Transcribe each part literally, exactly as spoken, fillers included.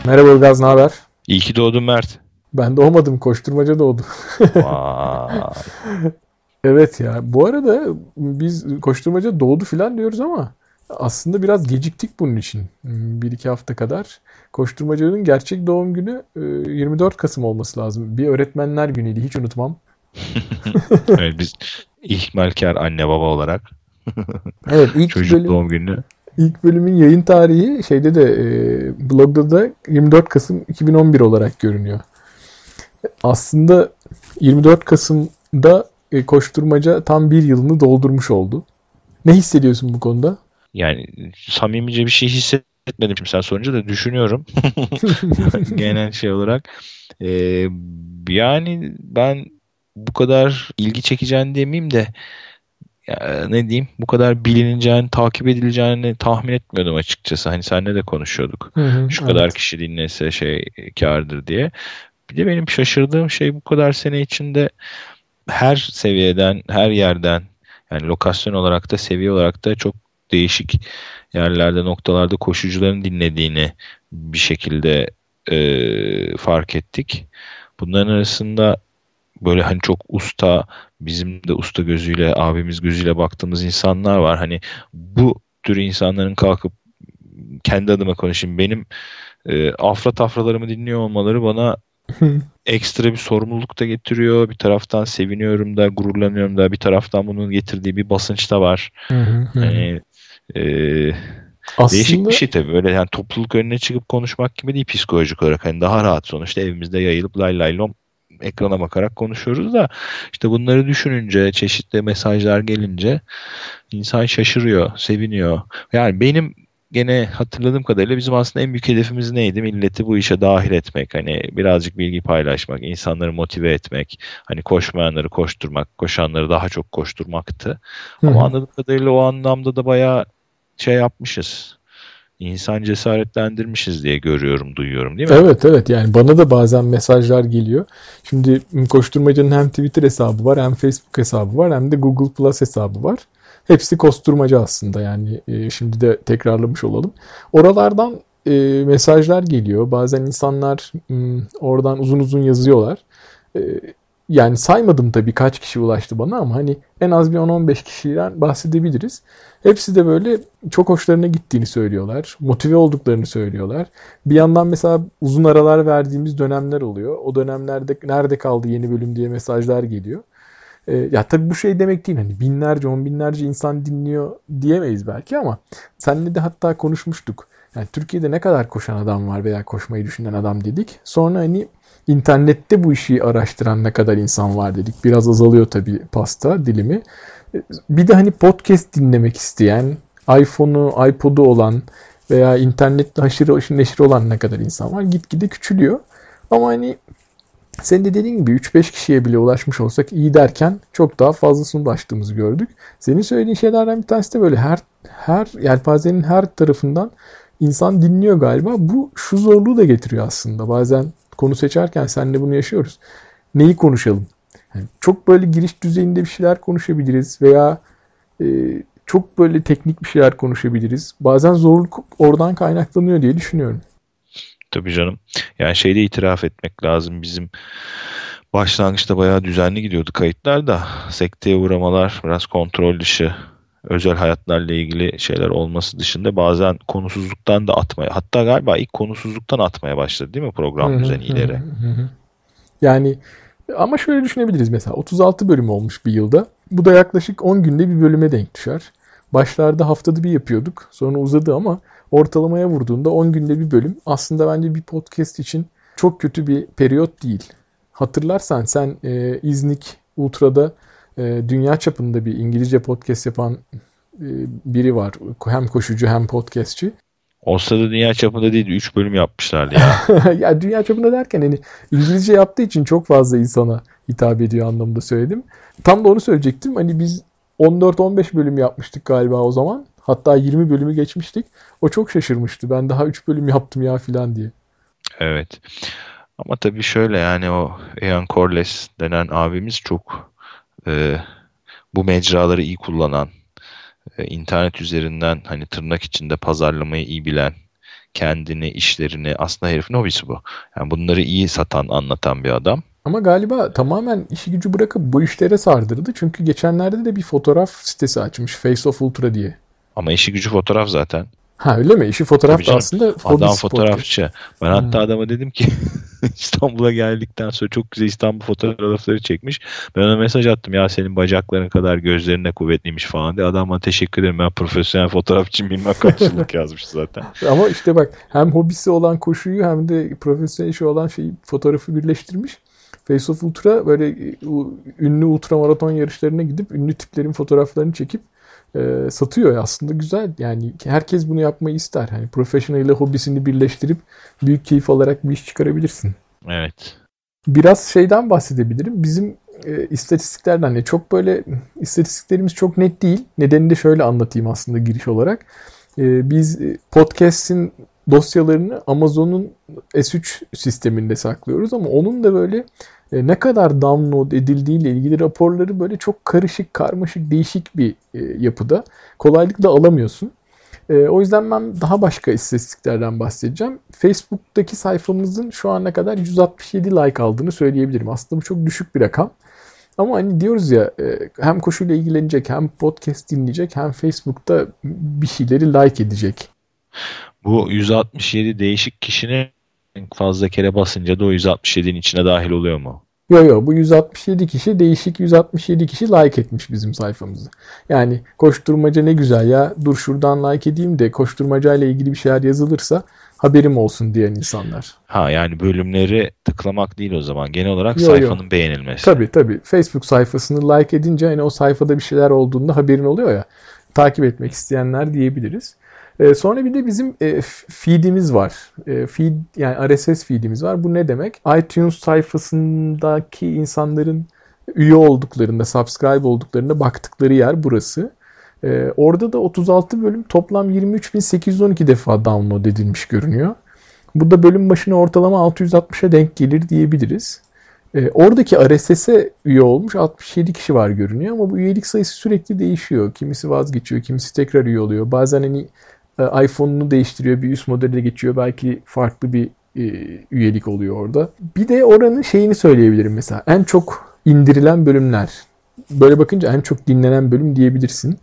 Merhaba Ilgaz, ne haber? İyi ki doğdun Mert. Ben doğmadım, koşturmaca doğdu. Vay. Evet ya, bu arada biz koşturmaca doğdu falan diyoruz ama aslında biraz geciktik bunun için. Bir iki hafta kadar. Koşturmacanın gerçek doğum günü e, yirmi dört Kasım olması lazım. Bir öğretmenler günüydü, hiç unutmam. Evet, biz ihmalkar anne baba olarak Evet, ilk çocuk bölüm doğum günü. ilk bölümün yayın tarihi şeyde de e, blogda da yirmi dört Kasım iki bin on bir olarak görünüyor. Aslında yirmi dört Kasım'da e, koşturmaca tam bir yılını doldurmuş oldu. Ne hissediyorsun bu konuda? Yani samimice bir şey hissetmedim şimdi sen sorunca da düşünüyorum. Genel şey olarak. Ee, Yani ben bu kadar ilgi çekeceğini demeyeyim de ya ne diyeyim, bu kadar bilineceğini, takip edileceğini tahmin etmiyordum açıkçası. Hani seninle de konuşuyorduk. Hı hı, Şu kadar evet. kişi dinlese şey kârdır diye. Bir de benim şaşırdığım şey, bu kadar sene içinde her seviyeden, her yerden, yani lokasyon olarak da seviye olarak da çok değişik yerlerde, noktalarda koşucuların dinlediğini bir şekilde e, fark ettik. Bunların arasında böyle hani çok usta, bizim de usta gözüyle, abimiz gözüyle baktığımız insanlar var. Hani bu tür insanların kalkıp, kendi adıma konuşayım, benim e, afra tafralarımı dinliyor olmaları bana ekstra bir sorumluluk da getiriyor. Bir taraftan seviniyorum da, gururlanıyorum da, bir taraftan bunun getirdiği bir basınç da var. Hı hı, hı hı. Hani e, değişik bir Aslında şey tabii. Böyle yani topluluk önüne çıkıp konuşmak gibi değil psikolojik olarak. Hani daha rahat, sonuçta evimizde yayılıp lay lay lom ekrana bakarak konuşuyoruz da işte bunları düşününce, çeşitli mesajlar gelince insan şaşırıyor, seviniyor. Yani benim gene hatırladığım kadarıyla bizim aslında en büyük hedefimiz neydi? Milleti bu işe dahil etmek. Hani birazcık bilgi paylaşmak, insanları motive etmek. Hani koşmayanları koşturmak, koşanları daha çok koşturmaktı. hı Ama hı. anladığım kadarıyla o anlamda da bayağı şey yapmışız. İnsan cesaretlendirmişiz diye görüyorum, duyuyorum, değil mi? Evet evet, yani bana da bazen mesajlar geliyor. Şimdi koşturmacanın hem Twitter hesabı var, hem Facebook hesabı var, hem de Google Plus hesabı var. Hepsi koşturmaca aslında, yani e, şimdi de tekrarlamış olalım. Oralardan e, mesajlar geliyor. Bazen insanlar m, oradan uzun uzun yazıyorlar. E, Yani saymadım tabii kaç kişi ulaştı bana, ama hani en az bir on on beş kişiden bahsedebiliriz. Hepsi de böyle çok hoşlarına gittiğini söylüyorlar. Motive olduklarını söylüyorlar. Bir yandan mesela uzun aralar verdiğimiz dönemler oluyor. O dönemlerde nerede kaldı yeni bölüm diye mesajlar geliyor. Ee, ya tabii bu şey demek değil, hani binlerce, on binlerce insan dinliyor diyemeyiz belki, ama seninle de hatta konuşmuştuk. Yani Türkiye'de ne kadar koşan adam var veya koşmayı düşünen adam dedik. Sonra hani internette bu işi araştıran ne kadar insan var dedik. Biraz azalıyor tabii pasta dilimi. Bir de hani podcast dinlemek isteyen, iPhone'u, iPod'u olan veya internette haşır neşir olan ne kadar insan var. Gitgide küçülüyor. Ama hani senin de dediğin gibi üç beş kişiye bile ulaşmış olsak iyi derken çok daha fazlasına ulaştığımızı gördük. Senin söylediğin şeylerden bir tanesi de böyle her her yelpazenin her tarafından insan dinliyor galiba. Bu şu zorluğu da getiriyor aslında. Bazen konu seçerken seninle bunu yaşıyoruz. Neyi konuşalım? Yani çok böyle giriş düzeyinde bir şeyler konuşabiliriz veya e, çok böyle teknik bir şeyler konuşabiliriz. Bazen zorluk oradan kaynaklanıyor diye düşünüyorum. Tabii canım. Yani şeyde itiraf etmek lazım. Bizim başlangıçta bayağı düzenli gidiyordu kayıtlar da sekteye uğramalar, biraz kontrol dışı, özel hayatlarla ilgili şeyler olması dışında bazen konusuzluktan da atmaya, hatta galiba ilk konusuzluktan atmaya başladı değil mi Hı program hı düzeni hı hı ileri? hı. Yani ama şöyle düşünebiliriz, mesela otuz altı bölüm olmuş bir yılda. Bu da yaklaşık on günde bir bölüme denk düşer. Başlarda haftada bir yapıyorduk. Sonra uzadı ama ortalamaya vurduğunda on günde bir bölüm aslında bence bir podcast için çok kötü bir periyot değil. Hatırlarsan sen e, İznik Ultra'da e, dünya çapında bir İngilizce podcast yapan e, biri var. Hem koşucu hem podcastçi. O sırada dünya çapında değil, üç bölüm yapmışlardı ya. Ya dünya çapında derken hani İngilizce yaptığı için çok fazla insana hitap ediyor anlamında söyledim. Tam da onu söyleyecektim. Hani biz on dört on beş bölüm yapmıştık galiba o zaman. Hatta yirmi bölümü geçmiştik. O çok şaşırmıştı. Ben daha üç bölüm yaptım ya filan diye. Evet. Ama tabii şöyle, yani o Ian Corless denen abimiz çok e, bu mecraları iyi kullanan, e, internet üzerinden hani tırnak içinde pazarlamayı iyi bilen, kendini, işlerini. Aslında herifin hobisi bu. Yani bunları iyi satan, anlatan bir adam. Ama galiba tamamen işi gücü bırakıp bu işlere sardırdı. Çünkü geçenlerde de bir fotoğraf sitesi açmış. Face of Ultra diye. Ama işi gücü fotoğraf zaten. Ha öyle mi? İşi Tabii fotoğraf da canım. aslında Adam hobisi podcast. fotoğrafçı. Ben hatta Ha. adama dedim ki İstanbul'a geldikten sonra çok güzel İstanbul fotoğrafları çekmiş. Ben ona mesaj attım, ya senin bacakların kadar gözlerin de kuvvetliymiş falan diye. Adam bana teşekkür ederim, ben profesyonel fotoğrafçıyım bilmem kaç yıllık yazmış zaten. Ama işte bak, hem hobisi olan koşuyu hem de profesyonel işi olan şeyi, fotoğrafı birleştirmiş. Face of Ultra böyle e, ünlü ultramaraton yarışlarına gidip ünlü tiplerin fotoğraflarını çekip e, satıyor. Aslında güzel. Yani herkes bunu yapmayı ister. Hani profesyonel ile hobisini birleştirip büyük keyif alarak bir iş çıkarabilirsin. Evet. Biraz şeyden bahsedebilirim. Bizim e, istatistiklerden de çok böyle, istatistiklerimiz çok net değil. Nedenini de şöyle anlatayım aslında giriş olarak. E, biz e, podcast'in dosyalarını Amazon'un S üç sisteminde saklıyoruz ama onun da böyle e, ne kadar download edildiği ile ilgili raporları böyle çok karışık, karmaşık, değişik bir e, yapıda. Kolaylıkla alamıyorsun. E, o yüzden ben daha başka istatistiklerden bahsedeceğim. Facebook'taki sayfamızın şu ana kadar yüz altmış yedi like aldığını söyleyebilirim. Aslında bu çok düşük bir rakam. Ama hani diyoruz ya, e, hem koşuyla ilgilenecek, hem podcast dinleyecek, hem Facebook'ta bir şeyleri like edecek. Bu yüz altmış yedi değişik kişinin en fazla kere basınca da o yüz altmış yedinin içine dahil oluyor mu? Yo yo, bu yüz altmış yedi kişi, değişik yüz altmış yedi kişi like etmiş bizim sayfamızı. Yani koşturmaca ne güzel ya, dur şuradan like edeyim de koşturmacayla ilgili bir şeyler yazılırsa haberim olsun diyen insanlar. Ha, yani bölümleri tıklamak değil o zaman. Genel olarak Yo yo. sayfanın beğenilmesi. Tabii tabii. Facebook sayfasını like edince hani o sayfada bir şeyler olduğunda haberin oluyor ya. Takip etmek isteyenler diyebiliriz. Ee, sonra bir de bizim e, feed'imiz var. E, feed, yani R S S feed'imiz var. Bu ne demek? iTunes sayfasındaki insanların üye olduklarında, subscribe olduklarında baktıkları yer burası. E, orada da otuz altı bölüm toplam yirmi üç bin sekiz yüz on iki defa download edilmiş görünüyor. Bu da bölüm başına ortalama altı yüz altmışa denk gelir diyebiliriz. E, oradaki R S S'e üye olmuş altmış yedi kişi var görünüyor ama bu üyelik sayısı sürekli değişiyor. Kimisi vazgeçiyor, kimisi tekrar üye oluyor. Bazen hani e, iPhone'unu değiştiriyor, bir üst modele geçiyor. Belki farklı bir e, üyelik oluyor orada. Bir de oranın şeyini söyleyebilirim mesela. En çok indirilen bölümler. Böyle bakınca en çok dinlenen bölüm diyebilirsin.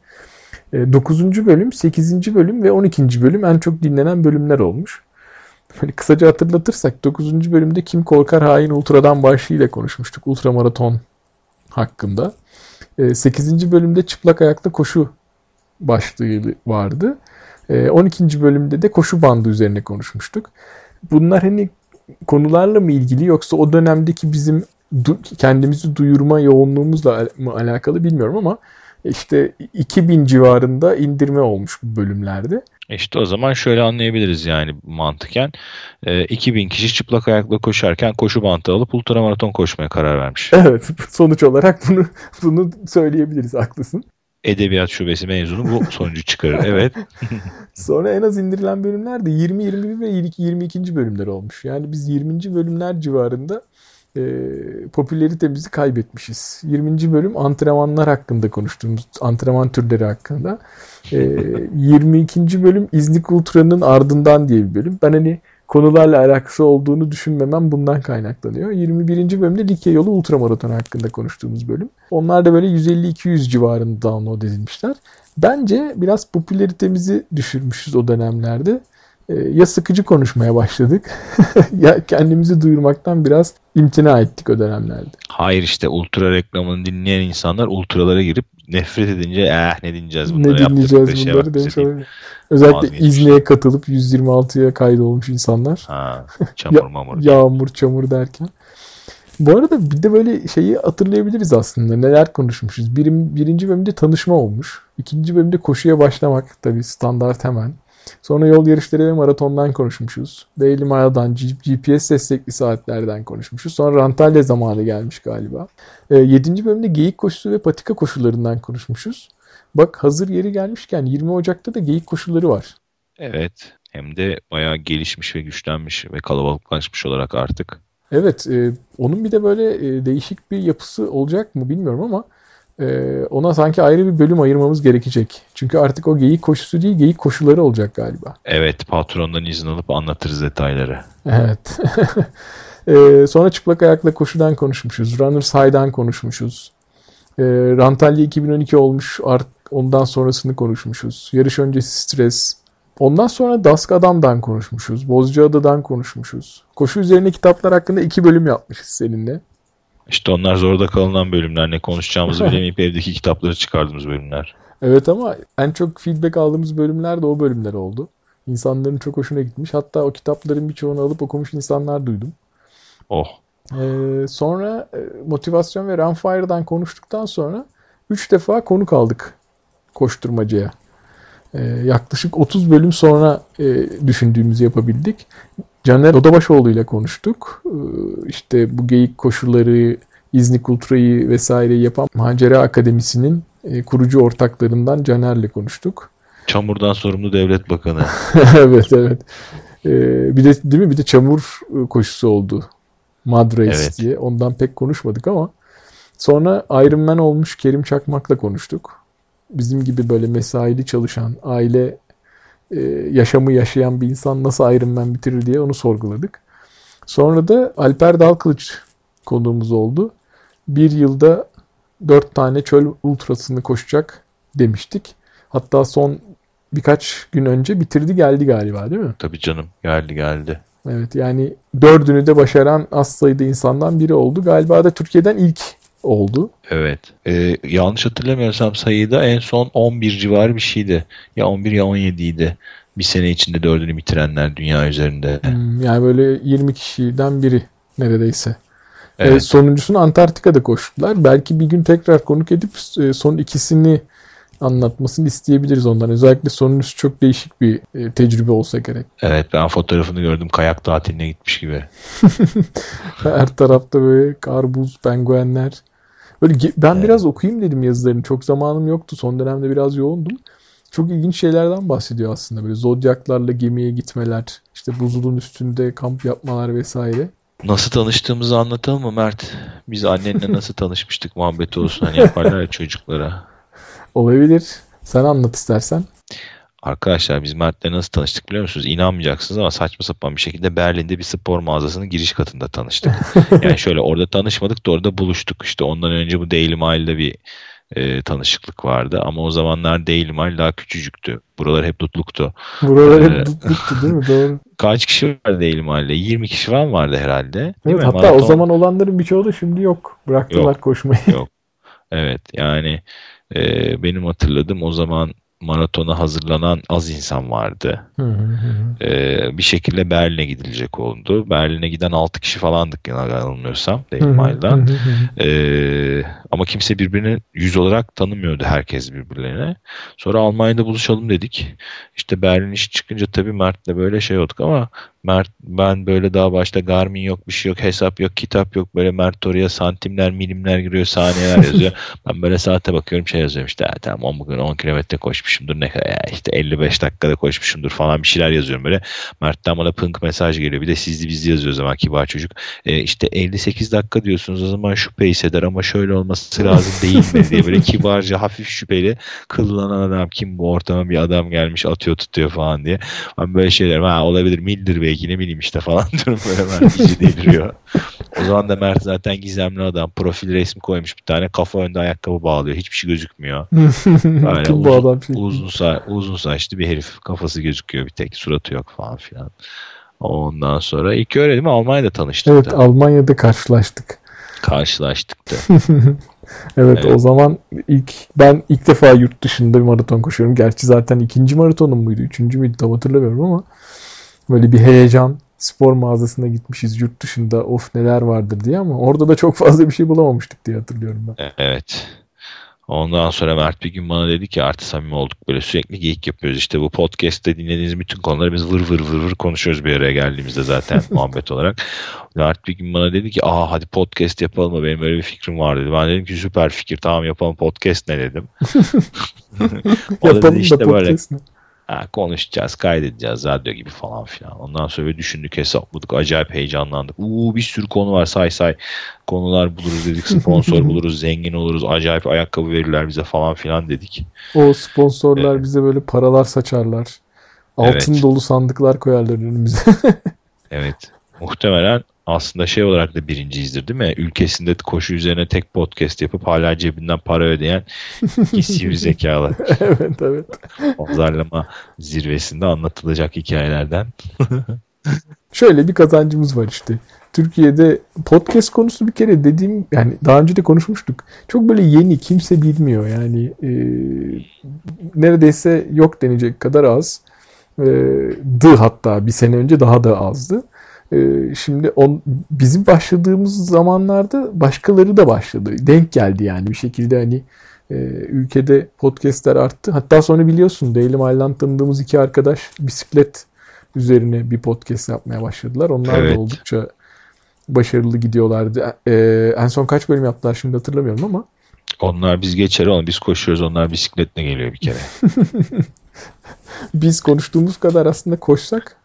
E, dokuzuncu bölüm, sekizinci bölüm ve on ikinci bölüm en çok dinlenen bölümler olmuş. Böyle kısaca hatırlatırsak dokuzuncu bölümde Kim Korkar Hain Ultra'dan başlığıyla konuşmuştuk. Ultramaraton hakkında. sekizinci bölümde çıplak ayakta koşu başlığı vardı. on ikinci bölümde de koşu bandı üzerine konuşmuştuk. Bunlar hani konularla mı ilgili yoksa o dönemdeki bizim du- kendimizi duyurma yoğunluğumuzla mı alakalı bilmiyorum ama işte iki bin civarında indirme olmuş bu bölümlerde. İşte o zaman şöyle anlayabiliriz yani mantıken. E, iki bin kişi çıplak ayakla koşarken koşu bantı alıp ultramaraton koşmaya karar vermiş. Evet, sonuç olarak bunu bunu söyleyebiliriz, haklısın. Edebiyat şubesi mezunu bu sonucu çıkarır. Evet. Sonra en az indirilen bölümler de yirmi, yirmi bir ve yirmi ikinci bölümler olmuş. Yani biz yirminci bölümler civarında e, popülaritemizi kaybetmişiz. yirminci bölüm antrenmanlar hakkında konuştuğumuz, antrenman türleri hakkında. E, yirmi ikinci bölüm İznik Ultra'nın ardından diye bir bölüm. Ben hani konularla alakası olduğunu düşünmemem bundan kaynaklanıyor. yirmi birinci bölümde Likya Yolu Ultramaraton hakkında konuştuğumuz bölüm. Onlar da böyle yüz elli iki yüz civarında download edilmişler. Bence biraz popülaritemizi düşürmüşüz o dönemlerde. Ee, ya sıkıcı konuşmaya başladık ya kendimizi duyurmaktan biraz imtina ettik o dönemlerde. Hayır, işte ultra reklamını dinleyen insanlar ultralara girip nefret edince eh ne dinleyeceğiz bunları, Ne yaptıkları dinleyeceğiz şey bunları bak demiş bize deyip olabilir. Özellikle vazgeçmişler. İzni'ye katılıp yüz yirmi altıya kaydolmuş insanlar. Ha, Ya, çamur mamur diye. yağmur çamur derken. Bu arada bir de böyle şeyi hatırlayabiliriz aslında. Neler konuşmuşuz. Birim, birinci bölümde tanışma olmuş. İkinci bölümde koşuya başlamak. Tabii standart hemen. Sonra yol yarışları ve maratondan konuşmuşuz. Daily Mile'dan, G P S destekli saatlerden konuşmuşuz. Sonra Antalya zamanı gelmiş galiba. E, yedinci bölümde geyik koşusu ve patika koşularından konuşmuşuz. Bak, hazır yeri gelmişken yirmi Ocak'ta da geyik koşuları var. Evet. Hem de bayağı gelişmiş ve güçlenmiş ve kalabalıklaşmış olarak artık. Evet, e, onun bir de böyle e, değişik bir yapısı olacak mı bilmiyorum ama Ee, ona sanki ayrı bir bölüm ayırmamız gerekecek. Çünkü artık o geyik koşusu değil, geyik koşuları olacak galiba. Evet, patrondan izin alıp anlatırız detayları. Evet. ee, sonra çıplak ayakla koşudan konuşmuşuz. Runner's High'dan konuşmuşuz. Ee, Rantalya iki bin on iki olmuş. Art, ondan sonrasını konuşmuşuz. Yarış öncesi stres. Ondan sonra Dask Adam'dan konuşmuşuz. Bozcaada'dan konuşmuşuz. Koşu üzerine kitaplar hakkında iki bölüm yapmışız seninle. İşte onlar zorda kalınan bölümler. Ne konuşacağımızı bilemeyip evdeki kitapları çıkardığımız bölümler. Evet ama en çok feedback aldığımız bölümler de o bölümler oldu. İnsanların çok hoşuna gitmiş. Hatta o kitapların birçoğunu alıp okumuş insanlar duydum. Oh. Ee, sonra motivasyon ve Runfire'dan konuştuktan sonra üç defa konuk aldık koşturmacaya. Ee, yaklaşık otuz bölüm sonra e, düşündüğümüzü yapabildik. Caner Odabaşoğlu ile konuştuk. Ee, işte bu geyik koşuları, İznik Ultra'yı vesaireyi yapan Macera Akademisi'nin e, kurucu ortaklarından Caner'le konuştuk. Çamurdan sorumlu devlet bakanı. Evet evet. Ee, bir de değil mi? Bir de çamur koşusu oldu. Mud Race Evet. diye. Ondan pek konuşmadık ama sonra Iron Man olmuş Kerim Çakmak'la konuştuk. Bizim gibi böyle mesaili çalışan, aile e, yaşamı yaşayan bir insan nasıl Iron Man bitirir diye onu sorguladık. Sonra da Alper Dalkılıç konuğumuz oldu. Bir yılda dört tane çöl ultrasını koşacak demiştik. Hatta son birkaç gün önce bitirdi geldi galiba değil mi? Tabii canım, geldi geldi. Evet yani dördünü de başaran az sayıda insandan biri oldu. Galiba da Türkiye'den ilk oldu. Evet. Ee, yanlış hatırlamıyorsam sayıda en son on bir civarı bir şeydi. Ya on bir ya on yedi idi. Bir sene içinde dördünü bitirenler dünya üzerinde. Hmm, yani böyle yirmi kişiden biri neredeyse. Evet. Ee, sonuncusunu Antarktika'da koştular. Belki bir gün tekrar konuk edip e, son ikisini anlatmasını isteyebiliriz ondan. Özellikle sonuncusu çok değişik bir e, tecrübe olsa gerek. Evet, ben fotoğrafını gördüm. Kayak tatiline gitmiş gibi. Her tarafta böyle kar, buz, penguenler. Böyle ge- ben Evet. biraz okuyayım dedim yazılarını. Çok zamanım yoktu. Son dönemde biraz yoğundum. Çok ilginç şeylerden bahsediyor aslında. Böyle zodyaklarla gemiye gitmeler, işte buzulun üstünde kamp yapmalar vesaire. Nasıl tanıştığımızı anlatalım mı Mert? Biz annenle nasıl tanışmıştık muhabbeti olsun. Hani yaparlar ya çocuklara. Olabilir. Sen anlat istersen. Arkadaşlar biz Mert'le nasıl tanıştık biliyor musunuz? İnanmayacaksınız ama saçma sapan bir şekilde Berlin'de bir spor mağazasının giriş katında tanıştık. Yani şöyle orada tanışmadık da orada buluştuk. İşte ondan önce bu Daily Mile'da bir e, tanışıklık vardı. Ama o zamanlar Daily Mile daha küçücüktü. Buralar hep dutluktu. Buralar Ee, hep tutluktu değil mi? Doğru. Kaç kişi vardı Daily Mile'de? yirmi kişi falan vardı herhalde. Değil Evet, mi? hatta Maraton o zaman olanların birçoğu da şimdi yok. Bıraktılar yok. koşmayı. Yok. Evet yani e, benim hatırladığım o zaman maratona hazırlanan az insan vardı. Hı hı hı. E, bir şekilde Berlin'e gidilecek oldu. Berlin'e giden altı kişi falandık yanılmıyorsam Daily Hı hı hı Mile'dan. hı hı. E, ama kimse birbirini yüz olarak tanımıyordu, herkes birbirlerine. Sonra Almanya'da buluşalım dedik. İşte Berlin işi çıkınca tabii Mert'le böyle şey olduk ama Mert, ben böyle daha başta Garmin yok, bir şey yok, hesap yok, kitap yok. Böyle Mert oraya santimler, milimler giriyor, saniyeler yazıyor. Ben böyle saate bakıyorum, şey yazıyorum işte, "Ha, tamam on bugün on kilometre koşmuşumdur, ne kadar ya, işte elli beş dakikada koşmuşumdur" falan bir şeyler yazıyorum böyle. Mert'ten bana pınk mesaj geliyor. Bir de sizli bizli yazıyor o zaman, kibar çocuk. E, işte elli sekiz dakika diyorsunuz, o zaman şu pace eder ama şöyle olması lazım değil mi diye böyle kibarca, hafif şüpheli, kıllanan adam kim bu, ortama bir adam gelmiş atıyor tutuyor falan diye. Ben böyle şeyler, ha olabilir, mildir belki, ne bileyim işte falan diyorum, böyle Mert iyice deliriyor. O zaman da Mert zaten gizemli adam. Profil resmi koymuş bir tane. Kafa önde ayakkabı bağlıyor. Hiçbir şey gözükmüyor. Böyle Kim bu uzun, adam şey? uzun, sa- uzun saçlı bir herif. Kafası gözüküyor bir tek. Suratı yok falan filan. Ondan sonra ilk öyle değil mi? Almanya'da tanıştık Evet, da. Almanya'da karşılaştık. Karşılaştık da. Evet, Evet. o zaman ilk ben ilk defa yurt dışında bir maraton koşuyorum. Gerçi zaten ikinci maratonum muydu? Üçüncü müydü? Tam hatırlamıyorum ama böyle bir heyecan. Spor mağazasına gitmişiz yurt dışında. Of neler vardır diye ama orada da çok fazla bir şey bulamamıştık diye hatırlıyorum ben. Evet. Ondan sonra Mert bir gün bana dedi ki, artık samimi olduk, böyle sürekli geyik yapıyoruz. İşte bu podcast'te dinlediğiniz bütün konuları biz vır vır vır vır konuşuyoruz bir araya geldiğimizde zaten muhabbet olarak. Mert bir gün bana dedi ki, aa hadi podcast yapalım mı, benim öyle bir fikrim var dedi. Ben dedim ki süper fikir, tamam yapalım, podcast ne dedim. O da dedi Yapalım da işte böyle podcast mi? Ha, konuşacağız, kaydedeceğiz radyo gibi falan filan. Ondan sonra böyle düşündük, hesapladık, acayip heyecanlandık. Uuu bir sürü konu var, say say konular buluruz dedik, sponsor buluruz, zengin oluruz, acayip ayakkabı verirler bize falan filan dedik. O sponsorlar Ee, bize böyle paralar saçarlar. Altın evet, dolu sandıklar koyarlar önümüze. evet. Muhtemelen aslında şey olarak da birinciyizdir değil mi? Ülkesinde koşu üzerine tek podcast yapıp hala cebinden para ödeyen iki sivri zekalı. Evet, evet. Pazarlama zirvesinde anlatılacak hikayelerden. Şöyle bir kazancımız var işte. Türkiye'de podcast konusu bir kere dediğim, yani daha önce de konuşmuştuk. Çok böyle yeni, kimse bilmiyor yani, e, neredeyse yok denecek kadar az. E, dı hatta bir sene önce daha da azdı. E, şimdi on, bizim başladığımız zamanlarda başkaları da başladı. Denk geldi yani bir şekilde, hani e, ülkede podcastler arttı. Hatta sonra biliyorsun Daily Mail'den tanıdığımız iki arkadaş bisiklet üzerine bir podcast yapmaya başladılar. Onlar da Evet. oldukça başarılı gidiyorlardı. Ee, en son kaç bölüm yaptılar şimdi hatırlamıyorum ama. Onlar biz geçer oğlum. Biz koşuyoruz. Onlar bisikletle geliyor bir kere. Biz konuştuğumuz kadar aslında koşsak.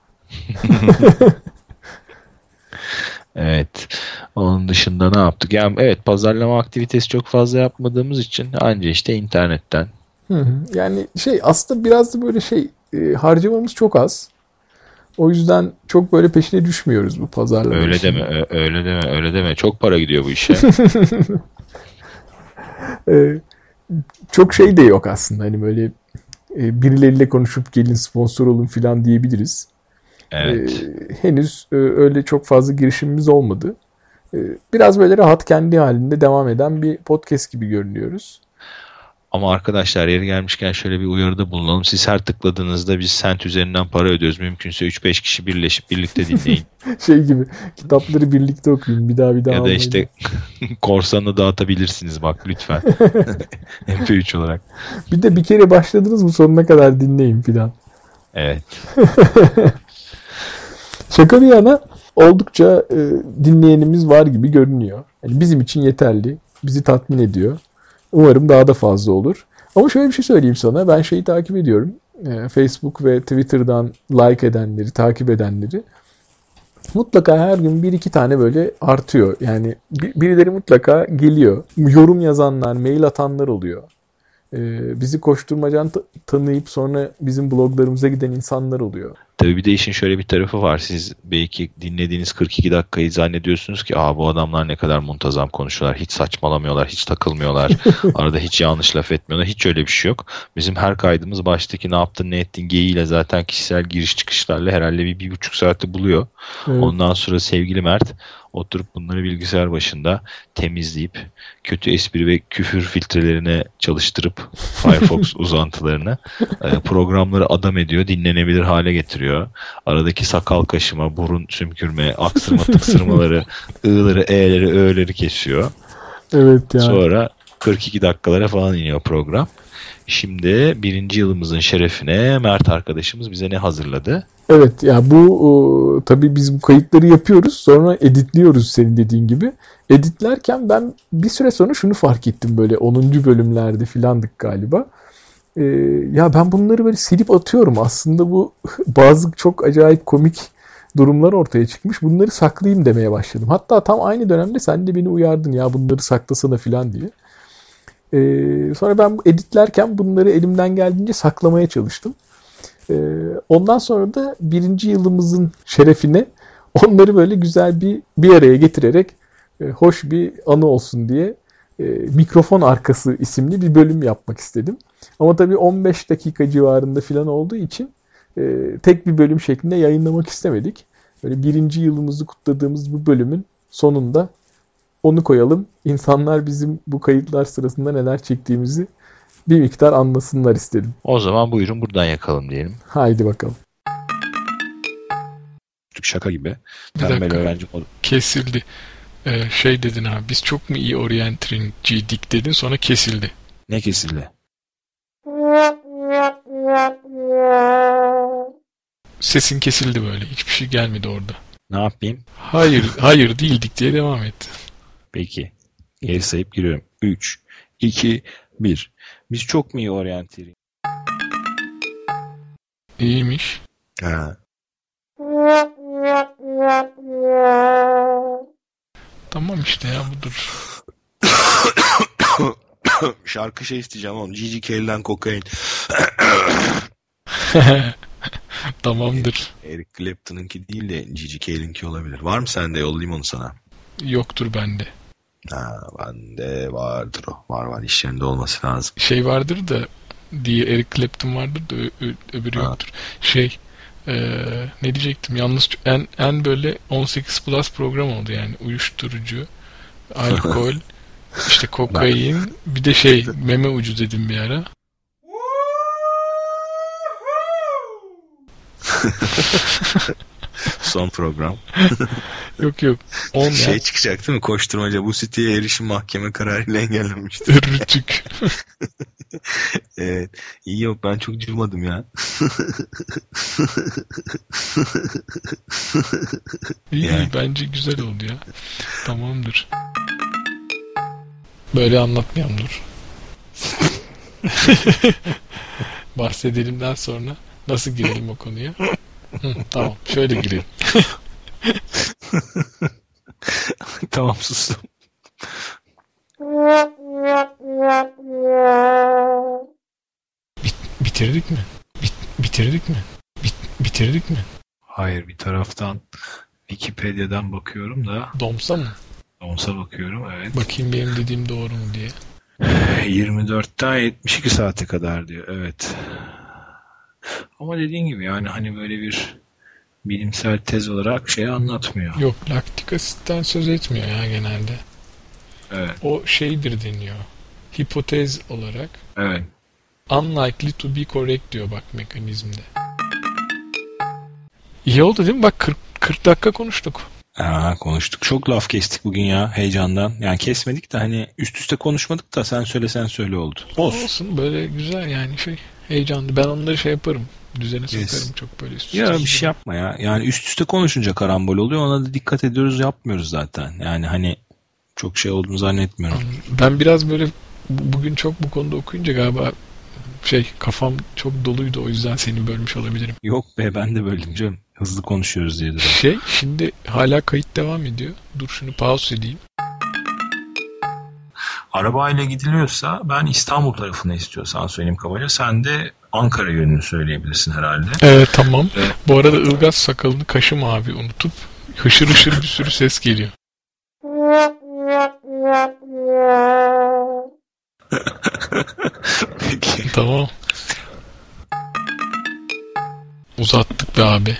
Evet. Onun dışında ne yaptık? Yani evet, pazarlama aktivitesi çok fazla yapmadığımız için anca işte internetten. Hı hı. Yani şey aslında biraz da böyle şey, e, harcamamız çok az. O yüzden çok böyle peşine düşmüyoruz bu pazarlama Öyle işinin. deme, ö- öyle deme, öyle deme. Çok para gidiyor bu işe. Ee, çok şey de yok aslında. Hani böyle e, birileriyle konuşup gelin sponsor olun falan diyebiliriz. Ee, Evet. henüz e, öyle çok fazla girişimimiz olmadı. Ee, biraz böyle rahat kendi halinde devam eden bir podcast gibi görünüyoruz. Ama arkadaşlar yeri gelmişken şöyle bir uyarıda bulunalım. Siz her tıkladığınızda biz sent üzerinden para ödüyoruz. Mümkünse üç beş kişi birleşip birlikte dinleyin. Şey gibi, kitapları birlikte okuyun, bir daha bir daha Ya da almayın. işte korsanı dağıtabilirsiniz bak lütfen. M P üç olarak. Bir de bir kere başladınız mı sonuna kadar dinleyin filan. Evet. Şaka bir yana oldukça e, dinleyenimiz var gibi görünüyor. Yani bizim için yeterli. Bizi tatmin ediyor. Umarım daha da fazla olur. Ama şöyle bir şey söyleyeyim sana. Ben şeyi takip ediyorum. E, Facebook ve Twitter'dan like edenleri, takip edenleri. Mutlaka her gün bir iki tane böyle artıyor. Yani birileri mutlaka geliyor. Yorum yazanlar, mail atanlar oluyor. Ee, bizi koşturmacan t- tanıyıp sonra bizim bloglarımıza giden insanlar oluyor. Tabii bir de işin şöyle bir tarafı var. Siz belki dinlediğiniz kırk iki dakikayı zannediyorsunuz ki aa bu adamlar ne kadar muntazam konuşuyorlar. Hiç saçmalamıyorlar, hiç takılmıyorlar. Arada hiç yanlış laf etmiyorlar. Hiç öyle bir şey yok. Bizim her kaydımız baştaki ne yaptın ne ettin geyiğiyle zaten kişisel giriş çıkışlarla herhalde bir, bir buçuk saati buluyor. Evet. Ondan sonra sevgili Mert oturup bunları bilgisayar başında temizleyip kötü espri ve küfür filtrelerine çalıştırıp Firefox uzantılarını e, programları adam ediyor, dinlenebilir hale getiriyor. Aradaki sakal kaşıma, burun sümkürme, aksırma, tıksırmaları, ı'ları, e'leri, ö'leri kesiyor. Evet yani. Sonra kırk iki dakikalara falan iniyor program. Şimdi birinci yılımızın şerefine Mert arkadaşımız bize ne hazırladı? Evet ya, bu o, tabii biz bu kayıtları yapıyoruz, sonra editliyoruz senin dediğin gibi. Editlerken ben bir süre sonra şunu fark ettim, böyle onuncu bölümlerde filandık galiba. Ee, ya ben bunları böyle silip atıyorum. Aslında bu bazı çok acayip komik durumlar ortaya çıkmış. Bunları saklayayım demeye başladım. Hatta tam aynı dönemde sen de beni uyardın ya bunları saklasana filan diye. Ee, sonra ben bu editlerken bunları elimden geldiğince saklamaya çalıştım. Ee, ondan sonra da birinci yılımızın şerefine onları böyle güzel bir bir araya getirerek e, hoş bir anı olsun diye e, Mikrofon Arkası isimli bir bölüm yapmak istedim. Ama tabii on beş dakika civarında falan olduğu için e, tek bir bölüm şeklinde yayınlamak istemedik. Böyle birinci yılımızı kutladığımız bu bölümün sonunda onu koyalım. İnsanlar bizim bu kayıtlar sırasında neler çektiğimizi bir miktar anlasınlar istedim. O zaman buyurun buradan yakalım diyelim. Haydi bakalım. Şaka gibi. Bir Tembel dakika. öğrenci mod- Kesildi. Ee, şey dedin abi, biz çok mu iyi oryanteringciydik dedin, sonra kesildi. Ne kesildi? Sesin kesildi böyle. Hiçbir şey gelmedi orada. Ne yapayım? Hayır, hayır değildik diye devam et. Peki. Geri sayıp giriyorum. üç, iki, bir. Biz çok mu iyi oryantering? İyiymiş. Ha. Tamam işte ya, budur. Şarkı şey isteyeceğim oğlum. G G Cale'den kokain. Tamamdır. Eric Clapton'ınki değil de G G Cale'inki olabilir. Var mı sende? Yollayayım onu sana. Yoktur bende. Ha, bende vardır o. Var var, iş yerinde olması lazım. Şey vardır da diye, Eric Clapton vardır da ö- ö- öbürü Ha. yoktur. Şey ee, ne diyecektim? Yalnız en en böyle on sekiz plus program oldu yani. Uyuşturucu, alkol, işte kokain, bir de şey meme ucu dedim bir ara. Son program. Yok yok. on Şey ya. çıkacak değil mi? Koşturmaca bu siteye erişim mahkeme kararıyla engellenmiştir. Rütük. Evet. İyi, yok ben çok cırmadım ya. İyi, Yani. iyi, bence güzel oldu ya. Tamamdır. Böyle anlatmayalım, dur. Bahsedelimden sonra nasıl girelim o konuya? Hı, tamam, şöyle girelim. Tamam, sustum. Bit- bitirdik mi? Bit- bitirdik mi? Bit- bitirdik mi? Hayır, bir taraftan Wikipedia'dan bakıyorum da Domsa mı? Doms'a bakıyorum, evet. Bakayım benim dediğim doğru mu diye. yirmi dörtten yetmiş iki saate kadar diyor, evet. Ama dediğin gibi yani hani böyle bir bilimsel tez olarak şey anlatmıyor. Yok, laktik asitten söz etmiyor ya genelde. Evet, O şeydir deniyor. Hipotez olarak. evet. Unlikely to be correct diyor bak mekanizmde. İyi oldu değil mi? Bak kırk, kırk dakika konuştuk. Aa, konuştuk. Çok laf kestik bugün ya, heyecandan. Yani kesmedik de hani üst üste konuşmadık da sen söyle sen söyle oldu. Olsun. Olsun, böyle güzel yani şey, heyecanlı. Ben onları şey yaparım. Düzene sokarım, Yes. çok böyle üst üste. Ya bir şey yapma ya. Yani üst üste konuşunca karambol oluyor. Ona da dikkat ediyoruz, yapmıyoruz zaten. Yani hani çok şey olduğunu zannetmiyorum. Ben biraz böyle bu- bugün çok bu konuda okuyunca galiba şey, kafam çok doluydu, o yüzden seni bölmüş olabilirim. Yok be, ben de böldüm canım. Hızlı konuşuyoruz diye de. Şey, şimdi hala kayıt devam ediyor. Dur şunu pause edeyim. Arabayla gidiliyorsa ben İstanbul tarafını istiyorsan söyleyeyim kabaca. Sen de Ankara yönünü söyleyebilirsin herhalde. Evet, tamam. Evet. Bu arada Ilgaz sakalını kaşım abi unutup hışır hışır bir sürü ses geliyor. Peki. Tamam. Uzattık be abi.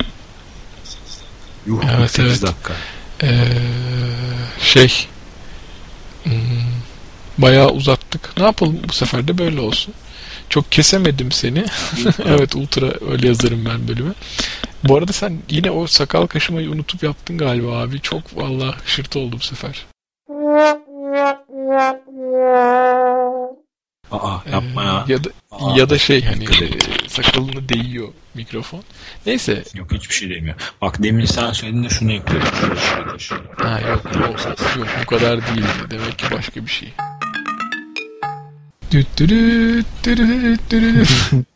Yuh, Evet, sekiz evet. dakika. Ee, şey hmm, bayağı uzattık. Ne yapalım, bu sefer de böyle olsun. Çok kesemedim seni. Evet, ultra öyle yazarım ben bölüme. Bu arada sen yine o sakal kaşımayı unutup yaptın galiba abi. Çok vallahi hışırtı oldu bu sefer. Aa, yapma ya. Ee, ya da Aa, ya da şey hani dikkat et. e, sakalını değiyor mikrofon. Neyse. Yok, hiçbir şey demiyor. Bak demin sen söylediğinde şunu ekledim. Şöyle şöyle şöyle. Ha, yok, yok, yok, bu kadar değil. Demek ki başka bir şey. Düt dürüt dürüt dürüt.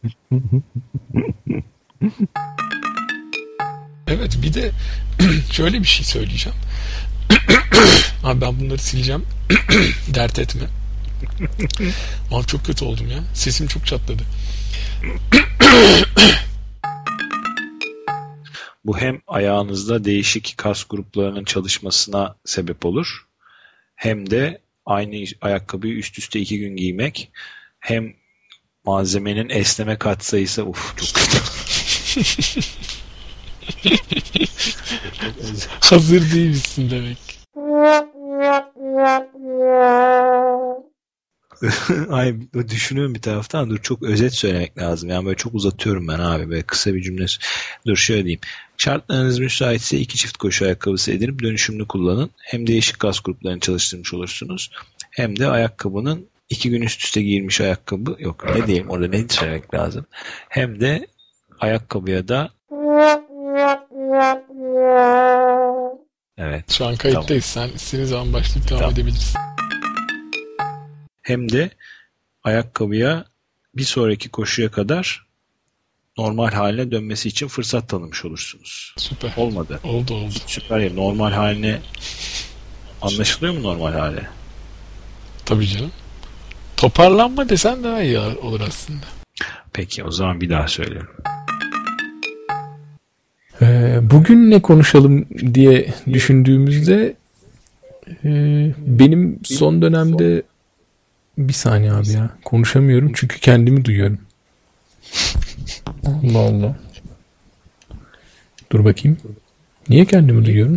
Evet, bir de şöyle bir şey söyleyeceğim. Abi ben bunları sileceğim. Dert etme. Abi çok kötü oldum ya. Sesim çok çatladı. Bu hem ayağınızda değişik kas gruplarının çalışmasına sebep olur. Hem de aynı ayakkabıyı üst üste iki gün giymek. Hem malzemenin esneme katsayısı. Uf, çok kötü. Hazır değilsin demek. Ay, düşünüyorum bir taraftan. Dur, çok özet söylemek lazım. Yani böyle çok uzatıyorum ben abi. Böyle kısa bir cümle. Dur şöyle diyeyim. Şartlarınız müsaitse iki çift koşu ayakkabısı edinip dönüşümlü kullanın. Hem değişik kas gruplarını çalıştırmış olursunuz. Hem de ayakkabının iki gün üst üste giyilmiş ayakkabı. Yok, ne diyeyim orada, ne söylemek lazım. Hem de ayakkabıya da evet. Şu an kayıttayız. Sen istediğin zaman başlayıp devam Tamam. edebilirsin. Hem de ayakkabıya bir sonraki koşuya kadar normal haline dönmesi için fırsat tanımış olursunuz. Süper. Olmadı. Oldu oldu. Süper ya. Normal haline anlaşılıyor mu normal hale? Tabii canım. Toparlanma desen daha iyi olur aslında. Peki o zaman bir daha söylüyorum. Ee, bugün ne konuşalım diye düşündüğümüzde e, benim son dönemde bir saniye abi ya konuşamıyorum çünkü kendimi duyuyorum. Allah Allah. Dur bakayım. Niye kendimi duyuyorum?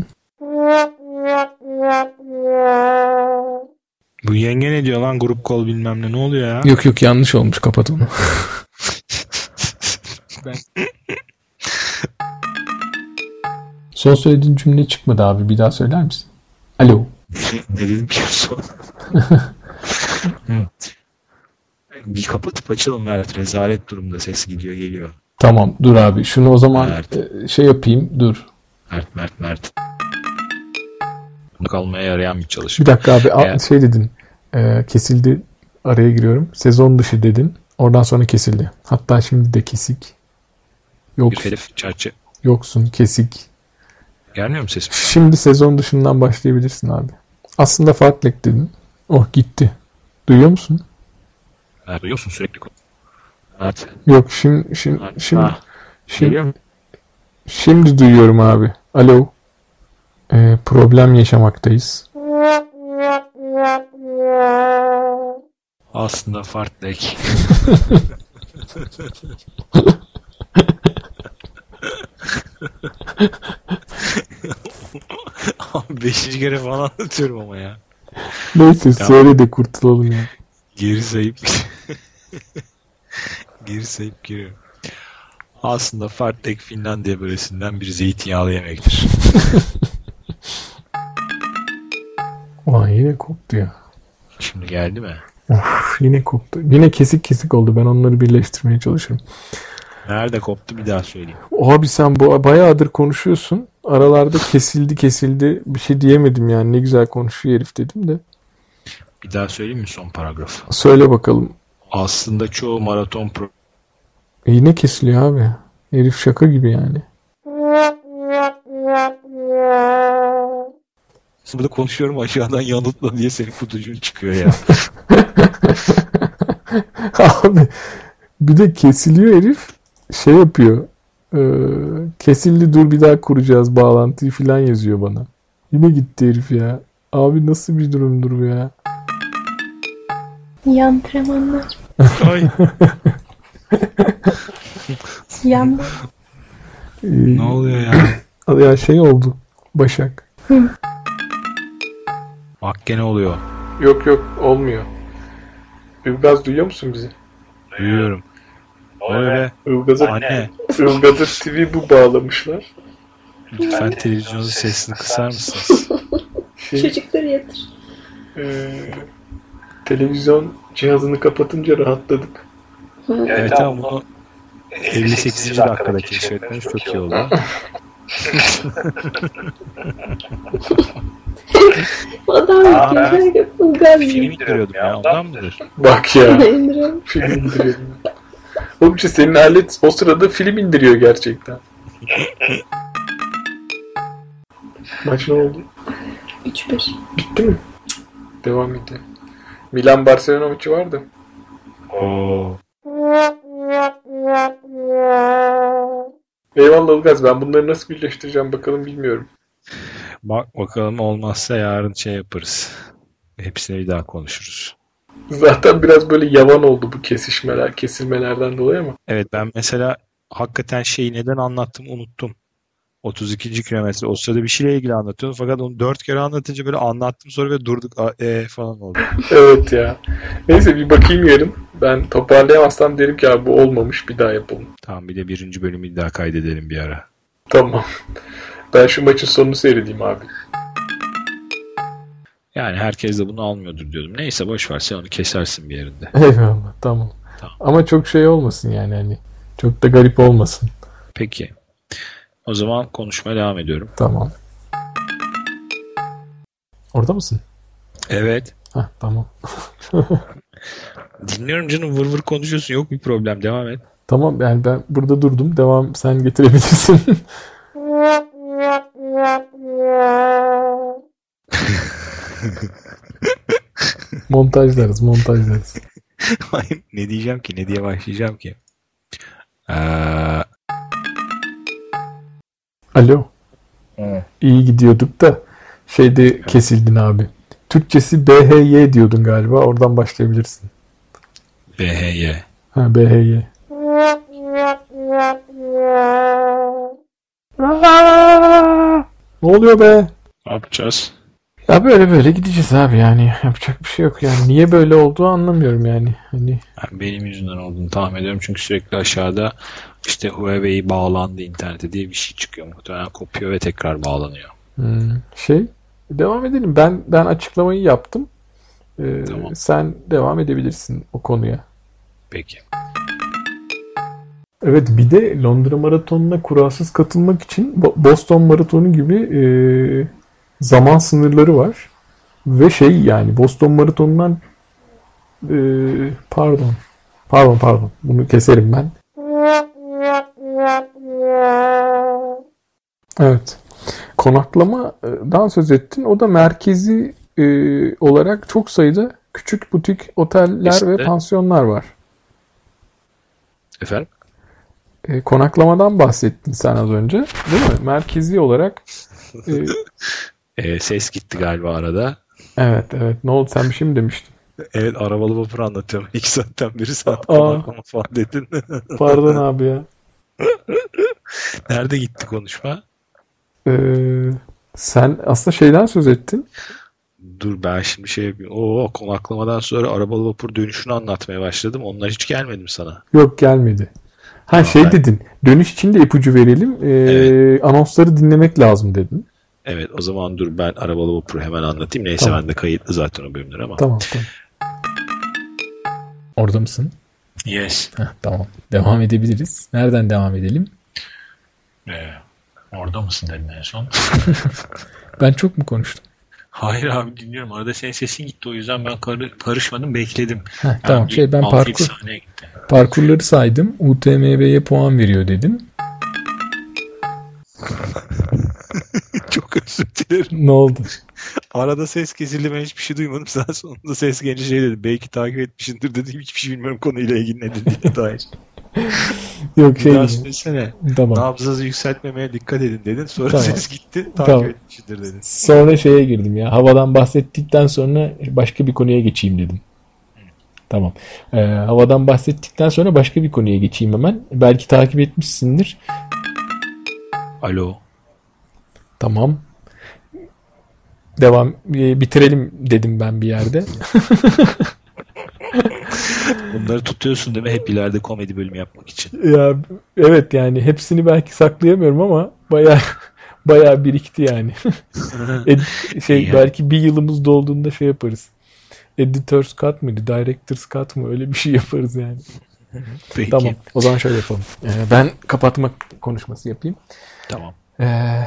Bu yenge ne diyor lan, grup kol bilmem ne, ne oluyor ya? Yok yok, yanlış olmuş, kapat onu. Ben... Son söylediğin cümle çıkmadı abi, bir daha söyler misin? Alo. Ne dedim ki son? Bir kapatıp açalım Mert. Rezalet durumda, ses gidiyor geliyor. Tamam dur abi, şunu o zaman Mert. şey yapayım, dur. Mert Mert Mert. Kalmaya yarayan bir çalışma. Bir dakika abi, Eğer... şey dedin, e, kesildi, araya giriyorum. Sezon dışı dedin, oradan sonra kesildi. Hatta şimdi de kesik. Yoksun. Bir herif çarçı. Yoksun, kesik. Gelmiyor mu sesim? Şimdi sezon dışından başlayabilirsin abi. Aslında farklılık dedin. Oh gitti. Duyuyor musun? Mert, duyuyor musun sürekli? Mert. Yok şimdi şimdi Mert. şimdi Ha. şimdi, şimdi duyuyorum abi. Alo. Ee, problem yaşamaktayız. Aslında farklılık. Abi beşinci kere falan anlatıyorum ama ya. Neyse tamam. Söyle de kurtulalım ya. Geri sayıp geri sayıp giriyorum. Aslında fartlek Finlandiya bölgesinden bir zeytinyağlı yemektir. Ulan yine koptu ya. Şimdi geldi mi? Of, yine koptu. Yine kesik kesik oldu. Ben onları birleştirmeye çalışıyorum. Nerede koptu bir daha söyleyeyim. Abi sen bu bayağıdır konuşuyorsun. Aralarda kesildi kesildi. Bir şey diyemedim yani. Ne güzel konuşuyor herif dedim de. Bir daha söyleyeyim mi son paragrafı? Söyle bakalım. Aslında çoğu maraton pro... E yine kesiliyor abi. Herif şaka gibi yani. Burada konuşuyorum, aşağıdan yanıtla diye senin kutucuğun çıkıyor ya. Abi bir de kesiliyor herif. Şey yapıyor. E, kesildi, dur bir daha kuracağız bağlantıyı falan yazıyor bana. Yine gitti herif ya. Abi nasıl bir durumdur bu ya? İyi antrenmanlar. Ay. Yandı. Ee, Ne oluyor ya? Ya şey oldu. Başak. Bak gene oluyor. Yok yok olmuyor. Ilgaz duyuyor musun bizi? Duyuyorum. Öyle. Ilgaz'a Anne. Ilgaz'a T V bu bağlamışlar. Lütfen televizyonun sesini kısar mısınız? Şey, Çocukları yatır. e, televizyon cihazını kapatınca rahatladık. Evet ama bunu elli sekizinci dakikada keşfetmeniz çok iyi oldu. Adam Aa, geçerken Ilgaz Film gibi. indiriyordum ya, ondan mıdır? Bak ya. İndiriyorum. Film indiriyordum. Oğlum işte senin alet o sırada film indiriyor gerçekten. Maç ne oldu? üç bir. Bitti mi? Devam etti. Milan Barcelona maçı vardı. Oo. Eyvallah Ilgaz, ben bunları nasıl birleştireceğim bakalım bilmiyorum. Bak bakalım, olmazsa yarın şey yaparız. Hepsini bir daha konuşuruz. Zaten biraz böyle yavan oldu bu kesişmeler, kesilmelerden dolayı ama. Evet, ben mesela hakikaten şeyi neden anlattım unuttum. otuz ikinci kilometre. O sırada bir şeyle ilgili anlatıyordum. Fakat onu dört kere anlatınca böyle anlattım sonra ve durduk e, falan oldu. Evet ya. Neyse bir bakayım yarın. Ben toparlayamazsam derim ki abi bu olmamış, bir daha yapalım. Tamam, bir de birinci bölümü bir daha kaydedelim bir ara. Tamam. Ben şu maçın sonunu seyredeyim abi. Yani herkes de bunu almıyordur diyordum. Neyse boş ver, sen onu kesersin bir yerinde. Eyvallah, tamam. Tamam. Ama çok şey olmasın yani hani. Çok da garip olmasın. Peki. O zaman konuşmaya devam ediyorum. Tamam. Orada mısın? Evet. Hah, tamam. Dinliyorum canım, vır vır konuşuyorsun. Yok bir problem, devam et. Tamam yani ben burada durdum. Devam sen getirebilirsin. montajlarız, montajlarız. Hayır, ne diyeceğim ki? Ne diye başlayacağım ki? Ee, Alo. Hı. İyi gidiyorduk da şeyde kesildin abi. Türkçesi B H Y diyordun galiba. Oradan başlayabilirsin. B H Y. Ha B H Y. Ne oluyor be? Ne yapacağız? Ya böyle böyle gideceğiz abi yani. Yapacak bir şey yok yani. Niye böyle olduğu anlamıyorum yani. Hani Yani benim yüzümden olduğunu tahmin ediyorum. Çünkü sürekli aşağıda işte Huawei bağlandı internete diye bir şey çıkıyor. Muhtemelen kopuyor ve tekrar bağlanıyor. hmm, şey devam edelim. Ben ben açıklamayı yaptım. Ee, Tamam. Sen devam edebilirsin o konuya. Peki. Evet bir de Londra Maratonu'na kurasız katılmak için Bo- Boston Maratonu gibi e, zaman sınırları var. Ve şey yani Boston Maratonu'ndan e, pardon pardon pardon bunu keserim ben. Evet. Konaklamadan söz ettin. O da merkezi e, olarak çok sayıda küçük butik oteller İşte. ve pansiyonlar var. Efendim? E, konaklamadan bahsettin sen az önce, değil mi? Merkezi olarak e, Ee, ses gitti galiba arada. evet evet. Ne oldu? Sen bir şey mi demiştin? Evet, arabalı vapur anlatıyorum. İki saatten beri saat Aa. konaklama falan dedin. Pardon abi ya. Nerede gitti konuşma? Ee, Sen aslında şeyden söz ettin. Dur ben şimdi şey yapayım. Oo, konaklamadan sonra arabalı vapur dönüşünü anlatmaya başladım. Onlar hiç gelmedim sana. Yok gelmedi. Ha Tamam, şey ben- dedin. Dönüş için de ipucu verelim. Ee, Evet. Anonsları dinlemek lazım dedin. Evet, o zaman dur ben arabalı vapuru hemen anlatayım. Neyse, Tamam. ben de kayıtlı zaten o bölümler ama. Tamam tamam. Orada mısın? Yes. Heh, tamam. Devam edebiliriz. Nereden devam edelim? Ee, orada mısın dedin en son? Ben çok mu konuştum? Hayır abi, dinliyorum. Arada senin sesin gitti, o yüzden ben karı- karışmadım, bekledim. Heh, tamam. bir Şey ben altı yedi parkur saniye gitti. parkurları saydım. U T M B'ye puan veriyor dedim. Çok özür dilerim. Ne oldu? Arada ses kesildi, ben hiçbir şey duymadım. Sen sonunda ses gelince şey dedim. Belki takip etmişsindir dedim. Hiçbir şey bilmiyorum konuyla ilgili, ne dediğine dair. Yok Bir şey. daha söylesene. Tamam. Nabzınızı yükseltmemeye dikkat edin dedin. Sonra Tamam. ses gitti. Takip Tamam. etmişsindir dedin. Sonra şeye girdim ya. Havadan bahsettikten sonra başka bir konuya geçeyim dedim. Tamam. Ee, havadan bahsettikten sonra başka bir konuya geçeyim hemen. Belki takip etmişsindir. Alo. Tamam. Devam. e, Bitirelim dedim ben bir yerde. Bunları tutuyorsun değil mi? Hep ileride komedi bölümü yapmak için. Ya evet yani hepsini belki saklayamıyorum ama baya baya birikti yani. Ed- şey İyi. belki bir yılımız dolduğunda şey yaparız. Editor's Cut mıydı? Director's Cut mı? Öyle bir şey yaparız yani. Peki. Tamam. O zaman şöyle yapalım. Ee, ben kapatma konuşması yapayım. Tamam. Ee,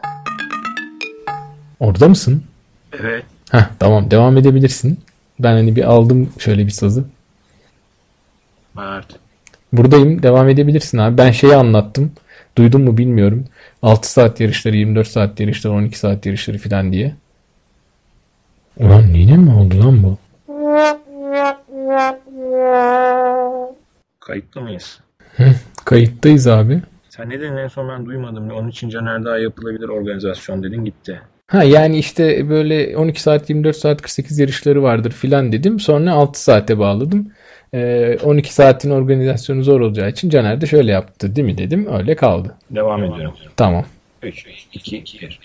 Orada mısın? Evet. Heh, tamam. Devam edebilirsin. Ben hani bir aldım şöyle bir sazı. Mert. Buradayım. Devam edebilirsin abi. Ben şeyi anlattım. Duydun mu bilmiyorum. altı saat yarışları, yirmi dört saat yarışları, on iki saat yarışları falan diye. Ulan yine mi oldu lan bu? Kayıtlı mıyız? Kayıttayız abi. Sen ne dedin en son, ben duymadım. Onun için Caner daha yapılabilir organizasyon dedin, gitti. Ha yani işte böyle on iki saat, yirmi dört saat, kırk sekiz yarışları vardır filan dedim. Sonra altı saate bağladım. Ee, on iki saatin organizasyonu zor olacağı için Caner de şöyle yaptı değil mi dedim. Öyle kaldı. Devam ediyorum. Tamam. üç, iki, iki, bir.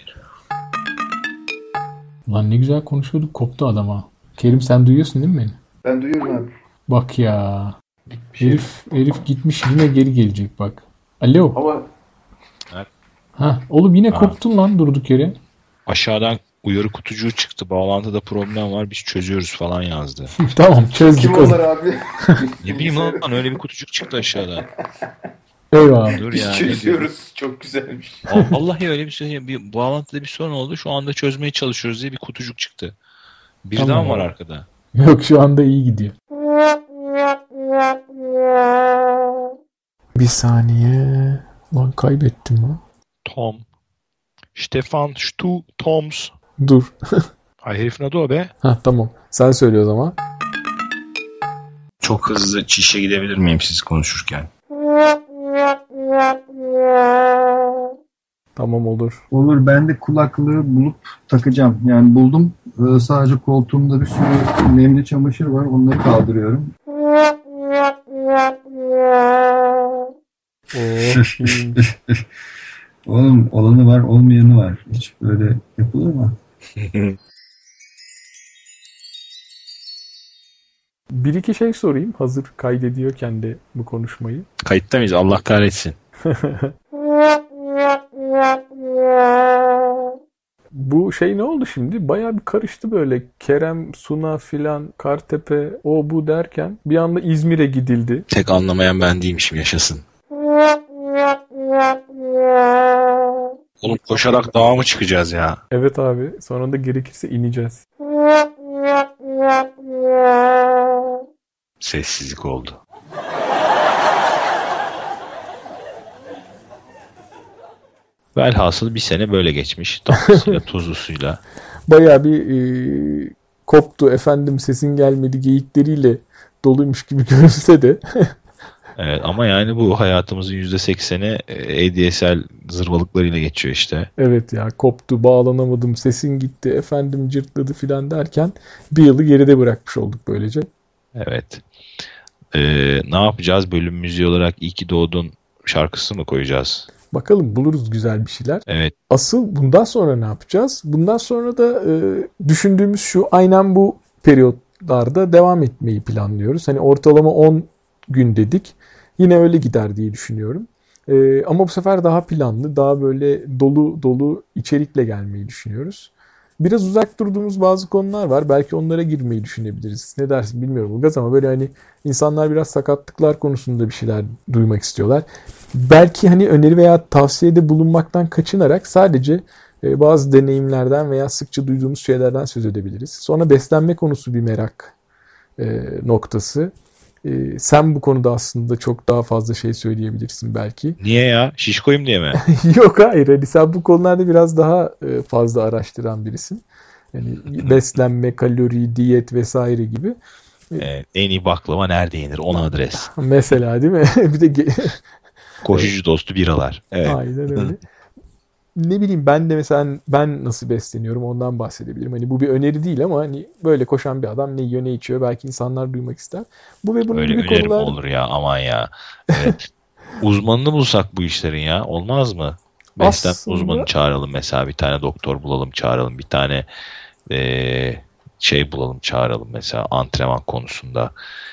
Lan ne güzel konuşuyorduk, koptu adam ha. Kerim sen duyuyorsun değil mi beni? Ben duyuyorum abi. Bak ya. Herif, herif gitmiş yine geri gelecek bak. Alo. Ama Ha, oğlum yine Ha. koptun lan durduk yere. Aşağıdan uyarı kutucuğu çıktı. Bağlantıda problem var, biz çözüyoruz falan yazdı. Tamam çözdük kim onu. onlar abi? Ne bileyim lan, öyle bir kutucuk çıktı aşağıdan. Eyvah. Dur Biz ya. ne diyorum. çözüyoruz. Çok güzelmiş. Vallahi öyle bir şey. Bir bağlantıda bir sorun oldu. Şu anda çözmeye çalışıyoruz diye bir kutucuk çıktı. Birden Tamam. var arkada. Yok şu anda iyi gidiyor. Bir saniye. Lan kaybettim lan. Tom. Stefan Stu Toms. Dur. Ay herifin adı o be. Hah tamam. Sen söyle o zaman. Çok hızlı çişe gidebilir miyim siz konuşurken? Tamam olur. Olur, ben de kulaklığı bulup takacağım. Yani buldum. Ee, sadece koltuğumda bir sürü nemli çamaşır var. Onları kaldırıyorum. Oh, iyiymiş. Oğlum olanı var, olmayanı var. Hiç böyle yapılır mı? Bir iki şey sorayım. Hazır kaydediyorken de bu konuşmayı. Kayıtta mıyız? Allah kahretsin. Bu şey ne oldu şimdi? Bayağı bir karıştı böyle. Kerem, Suna filan, Kartepe, o bu derken bir anda İzmir'e gidildi. Tek anlamayan ben değilmişim, yaşasın. Oğlum koşarak dağa mı çıkacağız ya? Evet abi. Sonra da gerekirse ineceğiz. Sessizlik oldu. Velhasıl bir sene böyle geçmiş. Tatlısıyla tuzlusuyla. Bayağı bir e, koptu efendim sesin gelmedi geyikleriyle doluymuş gibi görünse de. Evet, ama yani bu hayatımızın yüzde sekseni A D S L zırvalıklarıyla geçiyor işte. Evet ya, koptu, bağlanamadım, sesin gitti, efendim cırtladı filan derken bir yılı geride bırakmış olduk böylece. Evet. Ee, ne yapacağız? Bölüm müziği olarak İyi ki doğdun şarkısı mı koyacağız? Bakalım, buluruz güzel bir şeyler. Evet. Asıl bundan sonra ne yapacağız? Bundan sonra da e, düşündüğümüz şu, aynen bu periyotlarda devam etmeyi planlıyoruz. Hani ortalama on gün dedik. Yine öyle gider diye düşünüyorum. E, ama bu sefer daha planlı, daha böyle dolu dolu içerikle gelmeyi düşünüyoruz. Biraz uzak durduğumuz bazı konular var. Belki onlara girmeyi düşünebiliriz. Ne dersin bilmiyorum Ulgaz, ama böyle hani insanlar biraz sakatlıklar konusunda bir şeyler duymak istiyorlar. Belki hani öneri veya tavsiyede bulunmaktan kaçınarak sadece e, bazı deneyimlerden veya sıkça duyduğumuz şeylerden söz edebiliriz. Sonra beslenme konusu bir merak e, noktası. E, sen bu konuda aslında çok daha fazla şey söyleyebilirsin belki. Niye ya? Şişkoyum diye mi? Yok hayır. Hani sen bu konularda biraz daha e, fazla araştıran birisin. Yani beslenme, kalori, diyet vesaire gibi. Evet, en iyi baklava nerede yenir? Ona adres. Mesela değil mi? Bir de ge- Koşucu dostu biralar. Evet. Aynen öyle. Ne bileyim, ben de mesela ben nasıl besleniyorum ondan bahsedebilirim. Hani bu bir öneri değil ama hani böyle koşan bir adam ne yiyor ne içiyor belki insanlar duymak ister. Bu ve bunun Öyle gibi öneri mi konular... olur ya? Aman ya. Evet. Uzmanını bulsak bu işlerin ya. Olmaz mı? Beslenme Aslında... uzmanı çağıralım mesela. Bir tane doktor bulalım çağıralım. Bir tane ee, şey bulalım çağıralım mesela antrenman konusunda.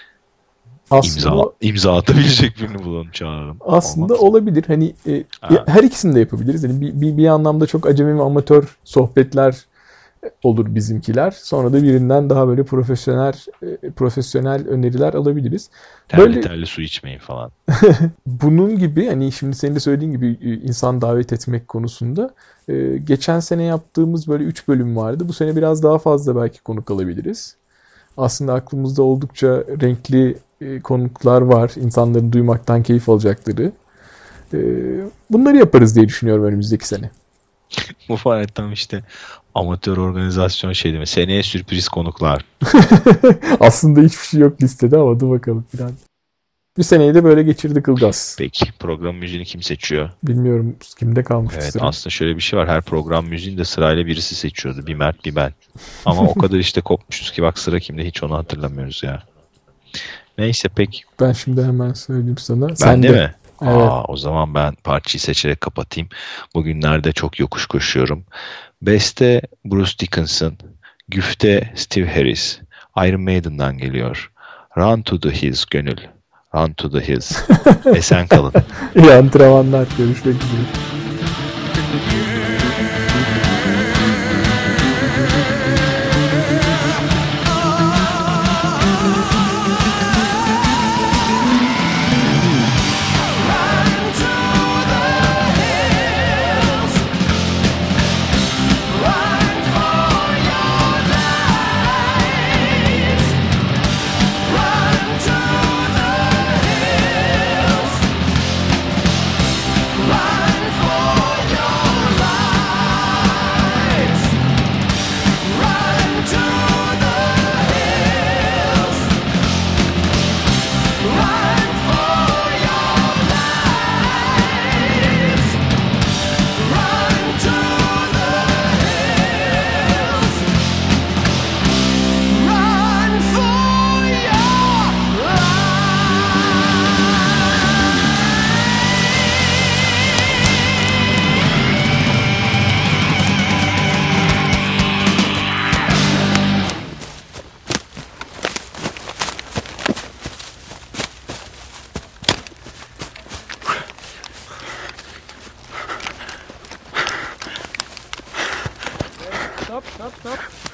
Aslında, imza, imza atabilecek birini bulalım çağıralım. Aslında Olmaz. olabilir. Hani e, her ikisini de yapabiliriz. Yani bir, bir, bir anlamda çok acemi ve amatör sohbetler olur bizimkiler. Sonra da birinden daha böyle profesyonel e, profesyonel öneriler alabiliriz. Terli Böyle, terli su içmeyin falan. bunun gibi hani şimdi senin de söylediğin gibi insan davet etmek konusunda e, geçen sene yaptığımız böyle üç bölüm vardı. Bu sene biraz daha fazla belki konuk alabiliriz. Aslında aklımızda oldukça renkli e, konuklar var. İnsanların duymaktan keyif alacakları. E, bunları yaparız diye düşünüyorum önümüzdeki sene. Bu var tam işte amatör organizasyon şey değil mi? Seneye sürpriz konuklar. Aslında hiçbir şey yok listede ama dur bakalım falan. Bir seneyi de böyle geçirdik Ilgaz. Peki program müziğini kim seçiyor? Bilmiyorum kimde kalmış Evet, sıra. aslında şöyle bir şey var. Her program müziğini de sırayla birisi seçiyordu. Bir Mert bir ben. Ama o kadar işte kopmuşuz ki bak sıra kimde hiç onu hatırlamıyoruz ya. Neyse peki. Ben şimdi hemen söyleyeyim sana. Ben Sen de de mi? Evet. Aa, o zaman ben parçayı seçerek kapatayım. Bugünlerde çok yokuş koşuyorum. Beste Bruce Dickinson, güfte Steve Harris, Iron Maiden'dan geliyor. Run to the Hills gönül. Run to the Hills. Esen kalın. İyi antrenmanlar. Görüşmek üzere. Stop stop.